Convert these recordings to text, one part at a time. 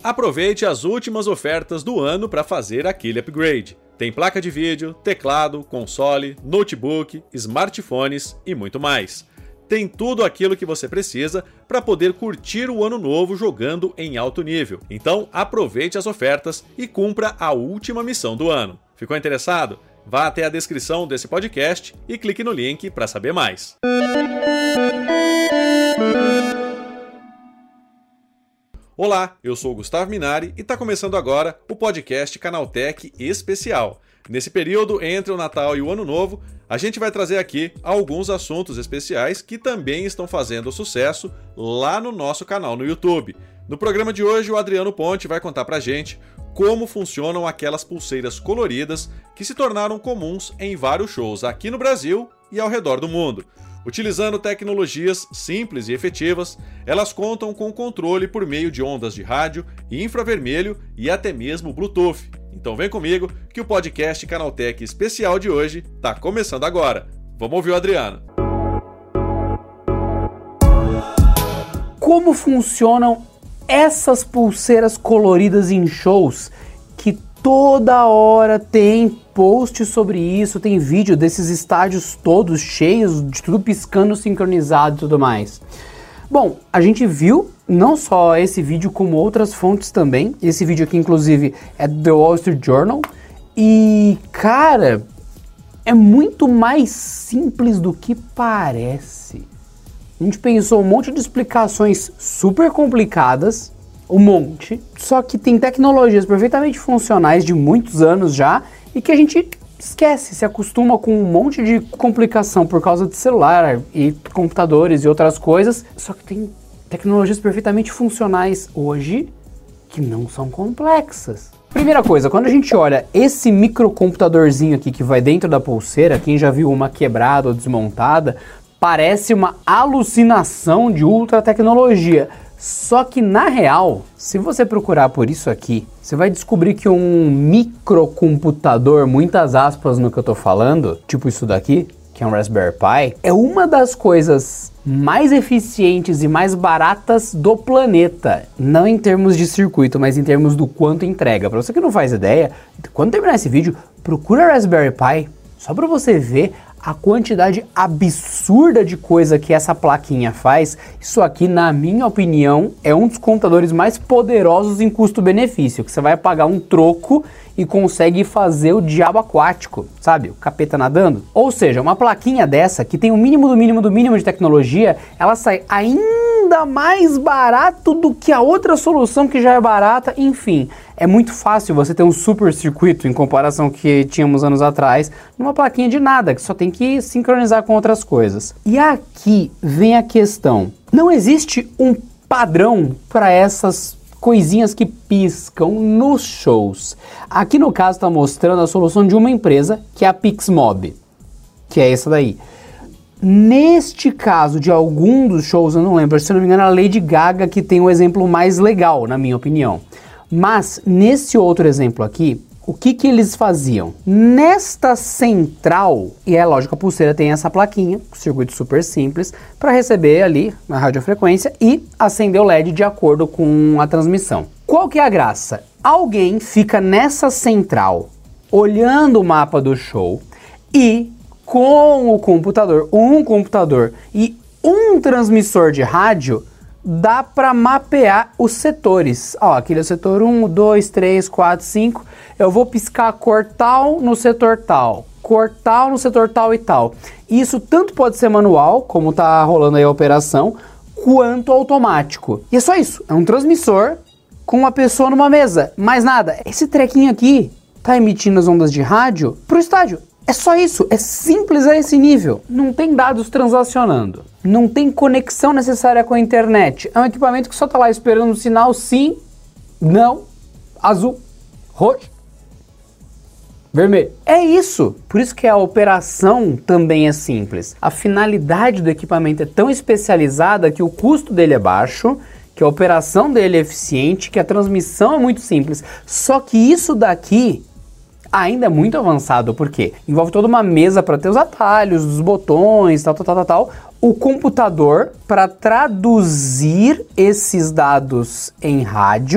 Aproveite as últimas ofertas do ano para fazer aquele upgrade. Tem placa de vídeo, teclado, console, notebook, smartphones e muito mais. Tem tudo aquilo que você precisa para poder curtir o ano novo jogando em alto nível. Então aproveite as ofertas e cumpra a última missão do ano. Ficou interessado? Vá até a descrição desse podcast e clique no link para saber mais. Olá, eu sou o Gustavo Minari e está começando agora o podcast Canaltech Especial. Nesse período, entre o Natal e o Ano Novo, a gente vai trazer aqui alguns assuntos especiais que também estão fazendo sucesso lá no nosso canal no YouTube. No programa de hoje, o Adriano Ponte vai contar pra gente como funcionam aquelas pulseiras coloridas que se tornaram comuns em vários shows aqui no Brasil e ao redor do mundo. Utilizando tecnologias simples e efetivas, elas contam com controle por meio de ondas de rádio, infravermelho e até mesmo Bluetooth. Então vem comigo que o podcast Canaltech Especial de hoje está começando agora. Vamos ouvir o Adriano. Como funcionam essas pulseiras coloridas em shows que toda hora tem post sobre isso, tem vídeo desses estádios todos cheios, de tudo piscando, sincronizado e tudo mais. Bom, a gente viu não só esse vídeo como outras fontes também. Esse vídeo aqui inclusive é do The Wall Street Journal e, cara, é muito mais simples do que parece. A gente pensou um monte de explicações super complicadas, só que tem tecnologias perfeitamente funcionais de muitos anos já e que a gente esquece, se acostuma com um monte de complicação por causa de celular e computadores e outras coisas, só que tem tecnologias perfeitamente funcionais hoje que não são complexas. Primeira coisa, quando a gente olha esse microcomputadorzinho aqui que vai dentro da pulseira, quem já viu uma quebrada ou desmontada, parece uma alucinação de ultra tecnologia. Só que na real, se você procurar por isso aqui, você vai descobrir que um microcomputador, muitas aspas no que eu tô falando, tipo isso daqui, que é um Raspberry Pi, é uma das coisas mais eficientes e mais baratas do planeta. Não em termos de circuito, mas em termos do quanto entrega. Para você que não faz ideia, quando terminar esse vídeo, procura Raspberry Pi, só para você ver a quantidade absurda de coisa que essa plaquinha faz. Isso aqui, na minha opinião, é um dos computadores mais poderosos em custo-benefício, que você vai pagar um troco e consegue fazer o diabo aquático, sabe? O capeta nadando. Ou seja, uma plaquinha dessa, que tem o mínimo do mínimo do mínimo de tecnologia, ela sai ainda mais barato do que a outra solução que já é barata. Enfim, é muito fácil você ter um super circuito em comparação ao que tínhamos anos atrás, numa plaquinha de nada, que só tem que sincronizar com outras coisas. E aqui vem a questão. Não existe um padrão para essas coisinhas que piscam nos shows. Aqui no caso está mostrando a solução de uma empresa, que é a Pixmob, que é essa daí. Neste caso de algum dos shows, eu não lembro, se eu não me engano, a Lady Gaga que tem o exemplo mais legal, na minha opinião. Mas nesse outro exemplo aqui, o que eles faziam? Nesta central, e é lógico, a pulseira tem essa plaquinha, circuito super simples, para receber ali a radiofrequência e acender o LED de acordo com a transmissão. Qual que é a graça? Alguém fica nessa central, olhando o mapa do show e com o computador, um computador e um transmissor de rádio, dá para mapear os setores. Ó, aquele é o setor 1, 2, 3, 4, 5. Eu vou piscar a cor tal no setor tal, cor tal no setor tal e tal. Isso tanto pode ser manual, como tá rolando aí a operação, quanto automático. E é só isso, é um transmissor com uma pessoa numa mesa, mais nada. Esse trequinho aqui tá emitindo as ondas de rádio pro estádio. É só isso, é simples a esse nível. Não tem dados transacionando, não tem conexão necessária com a internet. É um equipamento que só tá lá esperando um sinal sim, não, azul, roxo, vermelho. É isso. Por isso que a operação também é simples. A finalidade do equipamento é tão especializada que o custo dele é baixo, que a operação dele é eficiente, que a transmissão é muito simples. Só que isso daqui ainda é muito avançado, porque envolve toda uma mesa para ter os atalhos, os botões, tal. O computador para traduzir esses dados em rádio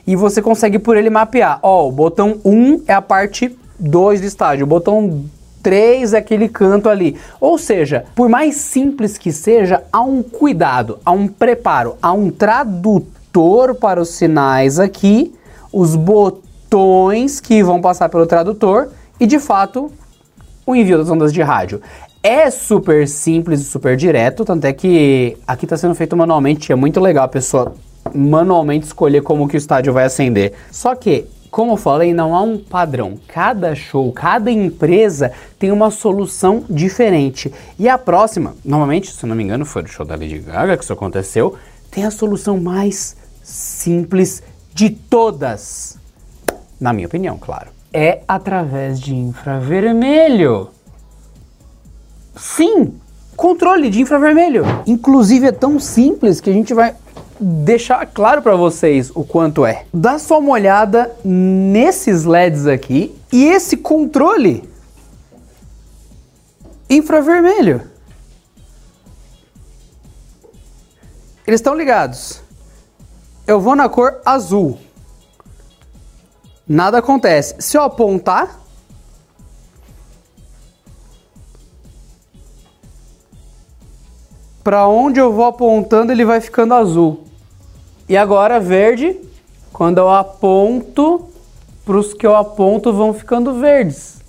e você consegue por ele mapear. Ó, o botão 1 é a parte 2 do estádio, o botão 3 é aquele canto ali. Ou seja, por mais simples que seja, há um cuidado, há um preparo, há um tradutor para os sinais aqui, os botões que vão passar pelo tradutor e, de fato, o envio das ondas de rádio. É super simples e super direto, tanto é que aqui está sendo feito manualmente, é muito legal a pessoa manualmente escolher como que o estádio vai acender. Só que, como eu falei, não há um padrão. Cada show, cada empresa tem uma solução diferente. E a próxima, normalmente, se não me engano, foi do show da Lady Gaga que isso aconteceu, tem a solução mais simples de todas. Na minha opinião, claro. É através de infravermelho. Sim, controle de infravermelho. Inclusive é tão simples que a gente vai deixar claro para vocês o quanto é. Dá só uma olhada nesses LEDs aqui e esse controle infravermelho. Eles estão ligados. Eu vou na cor azul. Nada acontece. Se eu apontar, para onde eu vou apontando, ele vai ficando azul. E agora verde, quando eu aponto, para os que eu aponto vão ficando verdes.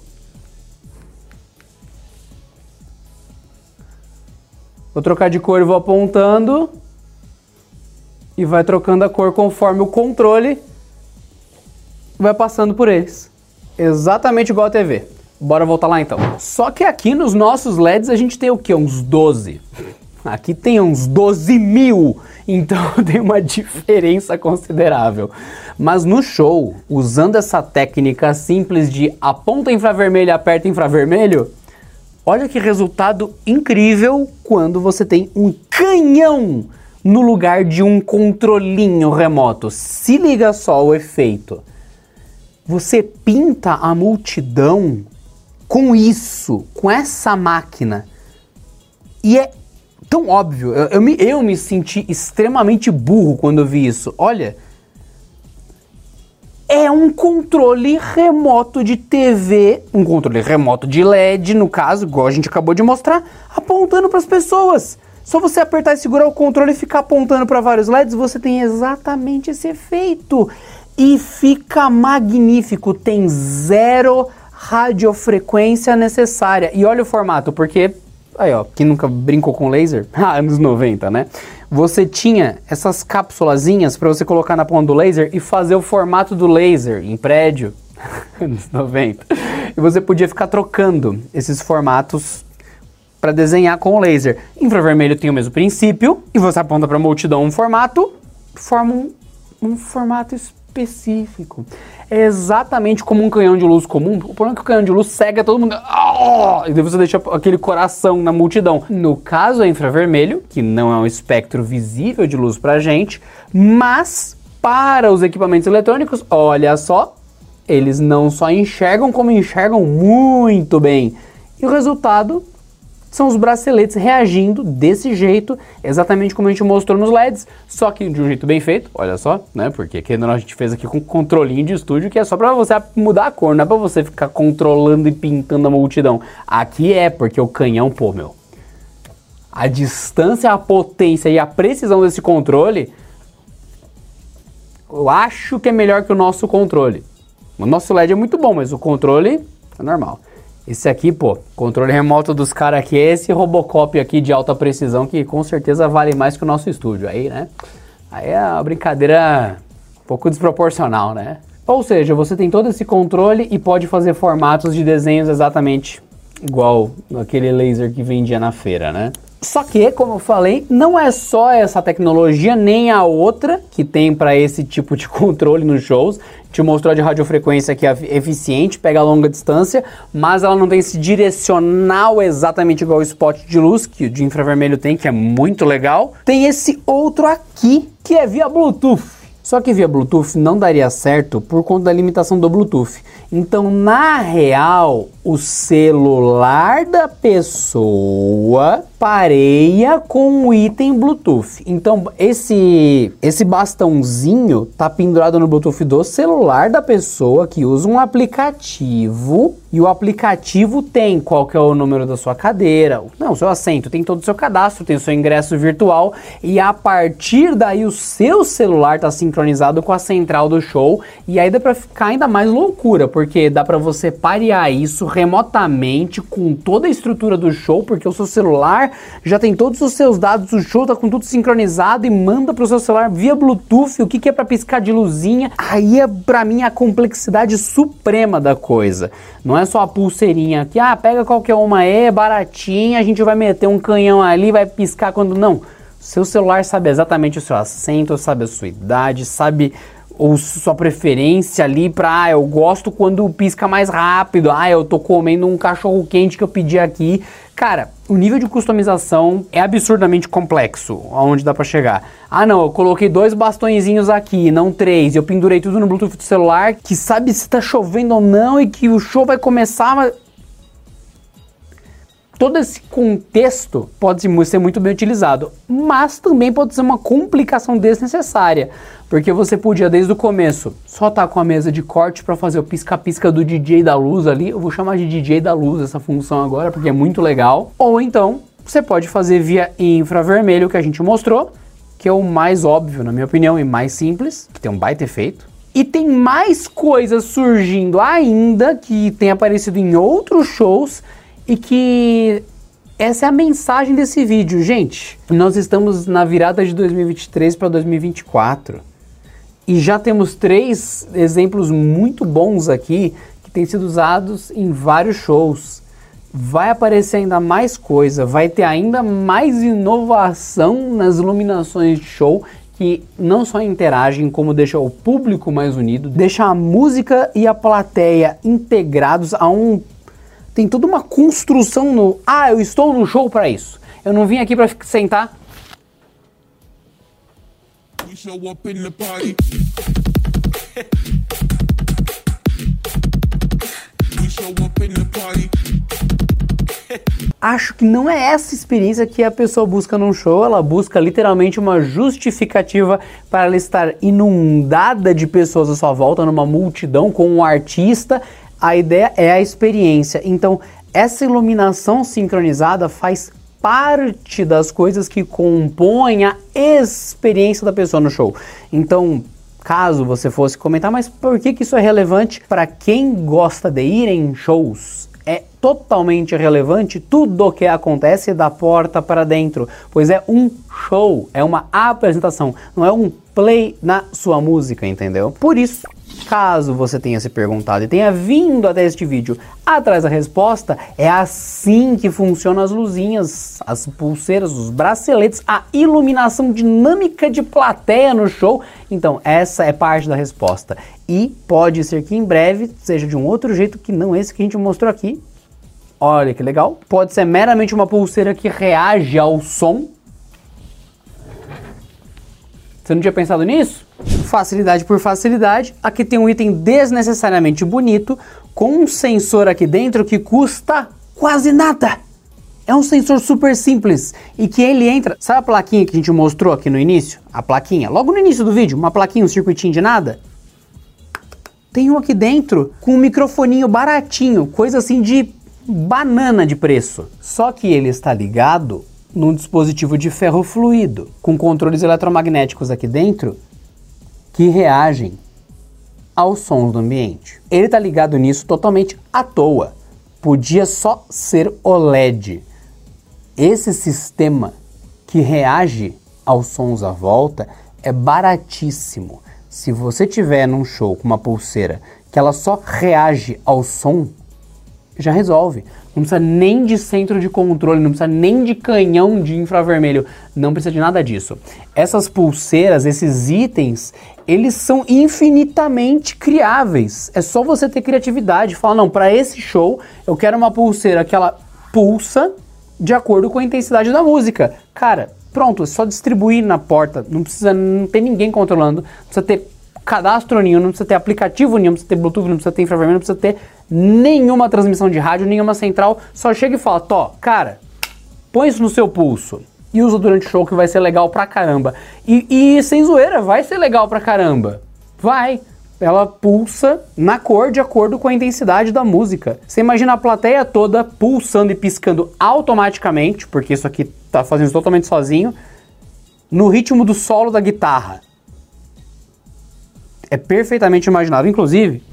Vou trocar de cor e vou apontando. E vai trocando a cor conforme o controle vai passando por eles. Exatamente igual a TV. Bora voltar lá então. Só que aqui nos nossos LEDs a gente tem o quê? Uns 12. Aqui tem uns 12 mil, então tem uma diferença considerável. Mas no show, usando essa técnica simples de aponta infravermelho e aperta infravermelho, olha que resultado incrível quando você tem um canhão no lugar de um controlinho remoto. Se liga só o efeito. Você pinta a multidão com isso, com essa máquina. E é tão óbvio, eu me senti extremamente burro quando eu vi isso. Olha, é um controle remoto de TV, um controle remoto de LED, no caso, igual a gente acabou de mostrar, apontando para as pessoas. Só você apertar e segurar o controle e ficar apontando para vários LEDs, você tem exatamente esse efeito. E fica magnífico, tem zero radiofrequência necessária. E olha o formato, porque... Aí, ó, quem nunca brincou com laser? Anos 90, né? Você tinha essas cápsulazinhas para você colocar na ponta do laser e fazer o formato do laser em prédio. Anos 90. E você podia ficar trocando esses formatos para desenhar com o laser. Infravermelho tem o mesmo princípio. E você aponta para a multidão um formato, forma um formato específico. É exatamente como um canhão de luz comum. O problema é que o canhão de luz cega todo mundo. E daí você deixa aquele coração na multidão. No caso é infravermelho, que não é um espectro visível de luz pra gente, mas para os equipamentos eletrônicos, olha só, eles não só enxergam, como enxergam muito bem. E o resultado são os braceletes reagindo desse jeito, exatamente como a gente mostrou nos LEDs, só que de um jeito bem feito, olha só, né? Porque aqui a gente fez aqui com um controlinho de estúdio que é só pra você mudar a cor, não é pra você ficar controlando e pintando a multidão. Aqui é porque o canhão, pô, meu, a distância, a potência e a precisão desse controle, eu acho que é melhor que o nosso controle. O nosso LED é muito bom, mas o controle é normal. Esse aqui, pô, controle remoto dos caras aqui é esse Robocop aqui de alta precisão que com certeza vale mais que o nosso estúdio. Aí, né? Aí é uma brincadeira um pouco desproporcional, né? Ou seja, você tem todo esse controle e pode fazer formatos de desenhos exatamente igual aquele laser que vendia na feira, né? Só que, como eu falei, não é só essa tecnologia, nem a outra que tem para esse tipo de controle nos shows. Te mostrou a de radiofrequência que é eficiente, pega a longa distância, mas ela não tem esse direcional exatamente igual o spot de luz, que o de infravermelho tem, que é muito legal. Tem esse outro aqui, que é via Bluetooth. Só que via Bluetooth não daria certo por conta da limitação do Bluetooth. Então, na real, o celular da pessoa pareia com o item Bluetooth. Então esse bastãozinho tá pendurado no Bluetooth do celular da pessoa que usa um aplicativo, e o aplicativo tem qual que é o número da sua cadeira, não, o seu assento, tem todo o seu cadastro, tem o seu ingresso virtual, e a partir daí o seu celular tá sincronizado com a central do show, e aí dá pra ficar ainda mais loucura, porque dá pra você parear isso remotamente com toda a estrutura do show, porque o seu celular já tem todos os seus dados, o show tá com tudo sincronizado e manda pro seu celular via Bluetooth o que é pra piscar de luzinha. Aí é pra mim a complexidade suprema da coisa. Não é só a pulseirinha que, pega qualquer uma aí, é baratinha, a gente vai meter um canhão ali, vai piscar quando... Não, seu celular sabe exatamente o seu assento, sabe a sua idade, sabe ou sua preferência ali pra, eu gosto quando pisca mais rápido, eu tô comendo um cachorro quente que eu pedi aqui. Cara, o nível de customização é absurdamente complexo, aonde dá pra chegar. Não, eu coloquei 2 bastõezinhos aqui, não 3, eu pendurei tudo no Bluetooth do celular, que sabe se tá chovendo ou não e que o show vai começar, mas... Todo esse contexto pode ser muito bem utilizado, mas também pode ser uma complicação desnecessária, porque você podia desde o começo só estar com a mesa de corte para fazer o pisca-pisca do DJ da luz ali, eu vou chamar de DJ da luz essa função agora, porque é muito legal, ou então você pode fazer via infravermelho que a gente mostrou, que é o mais óbvio na minha opinião e mais simples, que tem um baita efeito. E tem mais coisas surgindo ainda, que tem aparecido em outros shows, e que essa é a mensagem desse vídeo, gente. Nós estamos na virada de 2023 para 2024 e já temos 3 exemplos muito bons aqui que têm sido usados em vários shows. Vai aparecer ainda mais coisa, vai ter ainda mais inovação nas iluminações de show, que não só interagem, como deixa o público mais unido, deixa a música e a plateia integrados a um... Tem toda uma construção no... eu estou no show para isso. Eu não vim aqui para sentar... Acho que não é essa experiência que a pessoa busca num show, ela busca literalmente uma justificativa para ela estar inundada de pessoas à sua volta, numa multidão com um artista. A ideia é a experiência, então essa iluminação sincronizada faz parte das coisas que compõem a experiência da pessoa no show. Então, caso você fosse comentar, mas por que isso é relevante para quem gosta de ir em shows? É totalmente relevante tudo o que acontece da porta para dentro, pois é um show, é uma apresentação, não é um play na sua música, entendeu? Por isso, caso você tenha se perguntado e tenha vindo até este vídeo atrás da resposta, é assim que funcionam as luzinhas, as pulseiras, os braceletes, a iluminação dinâmica de plateia no show. Então essa é parte da resposta e pode ser que em breve seja de um outro jeito que não esse que a gente mostrou aqui. Olha que legal. Pode ser meramente uma pulseira que reage ao som. Você não tinha pensado nisso? Facilidade por facilidade, aqui tem um item desnecessariamente bonito, com um sensor aqui dentro que custa quase nada. É um sensor super simples e que ele entra... Sabe a plaquinha que a gente mostrou aqui no início? A plaquinha, logo no início do vídeo, uma plaquinha, um circuitinho de nada? Tem um aqui dentro com um microfoninho baratinho, coisa assim de banana de preço. Só que ele está ligado num dispositivo de ferro fluido, com controles eletromagnéticos aqui dentro, que reagem aos sons do ambiente. Ele está ligado nisso totalmente à toa. Podia só ser OLED. Esse sistema que reage aos sons à volta é baratíssimo. Se você tiver num show com uma pulseira que ela só reage ao som, já resolve. Não precisa nem de centro de controle, não precisa nem de canhão de infravermelho, não precisa de nada disso. Essas pulseiras, esses itens, eles são infinitamente criáveis. É só você ter criatividade, falar, não, para esse show eu quero uma pulseira que ela pulsa de acordo com a intensidade da música. Cara, pronto, é só distribuir na porta, não ter ninguém controlando, não precisa ter cadastro nenhum, não precisa ter aplicativo nenhum, não precisa ter Bluetooth, não precisa ter infravermelho, não precisa ter nenhuma transmissão de rádio, nenhuma central, só chega e fala, cara, põe isso no seu pulso e usa durante o show que vai ser legal pra caramba. E sem zoeira, vai ser legal pra caramba. Vai. Ela pulsa na cor de acordo com a intensidade da música. Você imagina a plateia toda pulsando e piscando automaticamente, porque isso aqui tá fazendo isso totalmente sozinho, no ritmo do solo da guitarra. É perfeitamente imaginável, inclusive.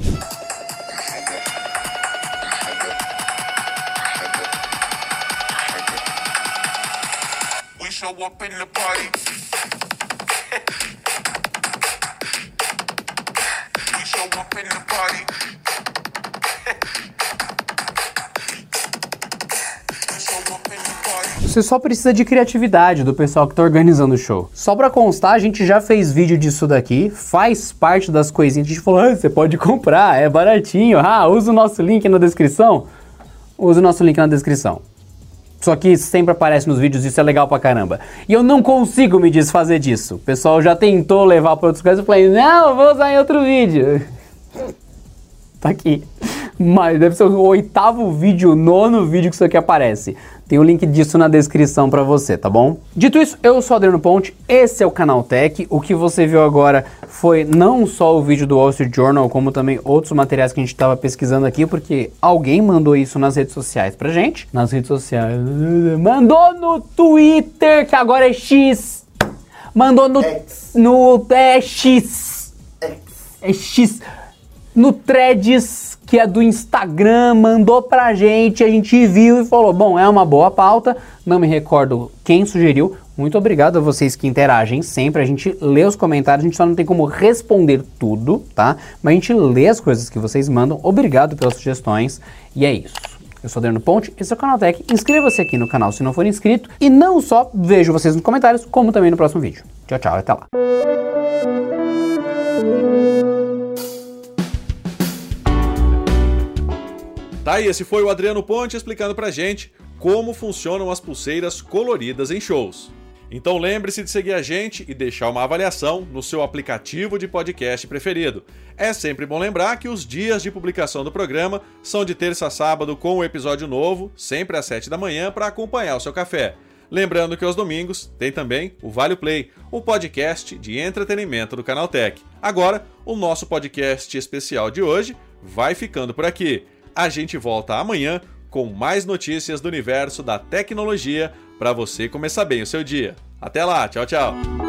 Você só precisa de criatividade do pessoal que tá organizando o show. Só pra constar, a gente já fez vídeo disso daqui, faz parte das coisinhas. A gente falou, você pode comprar, é baratinho. Usa o nosso link na descrição. Usa o nosso link na descrição. Só que sempre aparece nos vídeos, isso é legal pra caramba. E eu não consigo me desfazer disso. O pessoal já tentou levar pra outras coisas, eu falei, não, eu vou usar em outro vídeo. Tá aqui. Mas deve ser o 8º vídeo, o 9º vídeo que isso aqui aparece. Tem o link disso na descrição pra você, tá bom? Dito isso, eu sou Adriano Ponte, esse é o Canal Tech. O que você viu agora foi não só o vídeo do Wall Street Journal, como também outros materiais que a gente tava pesquisando aqui, porque alguém mandou isso nas redes sociais pra gente. Nas redes sociais. Mandou no Twitter, que agora é X. Mandou no... X. É X. É X. No Threads, que é do Instagram, mandou pra gente, a gente viu e falou, bom, é uma boa pauta, não me recordo quem sugeriu, muito obrigado a vocês que interagem sempre, a gente lê os comentários, a gente só não tem como responder tudo, tá? Mas a gente lê as coisas que vocês mandam, obrigado pelas sugestões, e é isso. Eu sou Adriano Ponte, esse é o Canal Tech, inscreva-se aqui no canal se não for inscrito, e não só vejo vocês nos comentários, como também no próximo vídeo. Tchau, tchau, até lá. Tá, e esse foi o Adriano Ponte explicando pra gente como funcionam as pulseiras coloridas em shows. Então lembre-se de seguir a gente e deixar uma avaliação no seu aplicativo de podcast preferido. É sempre bom lembrar que os dias de publicação do programa são de terça a sábado com o episódio novo, sempre às 7 da manhã para acompanhar o seu café. Lembrando que aos domingos tem também o Vale Play, o podcast de entretenimento do Canal Tech. Agora, o nosso podcast especial de hoje vai ficando por aqui. A gente volta amanhã com mais notícias do universo da tecnologia para você começar bem o seu dia. Até lá, tchau, tchau!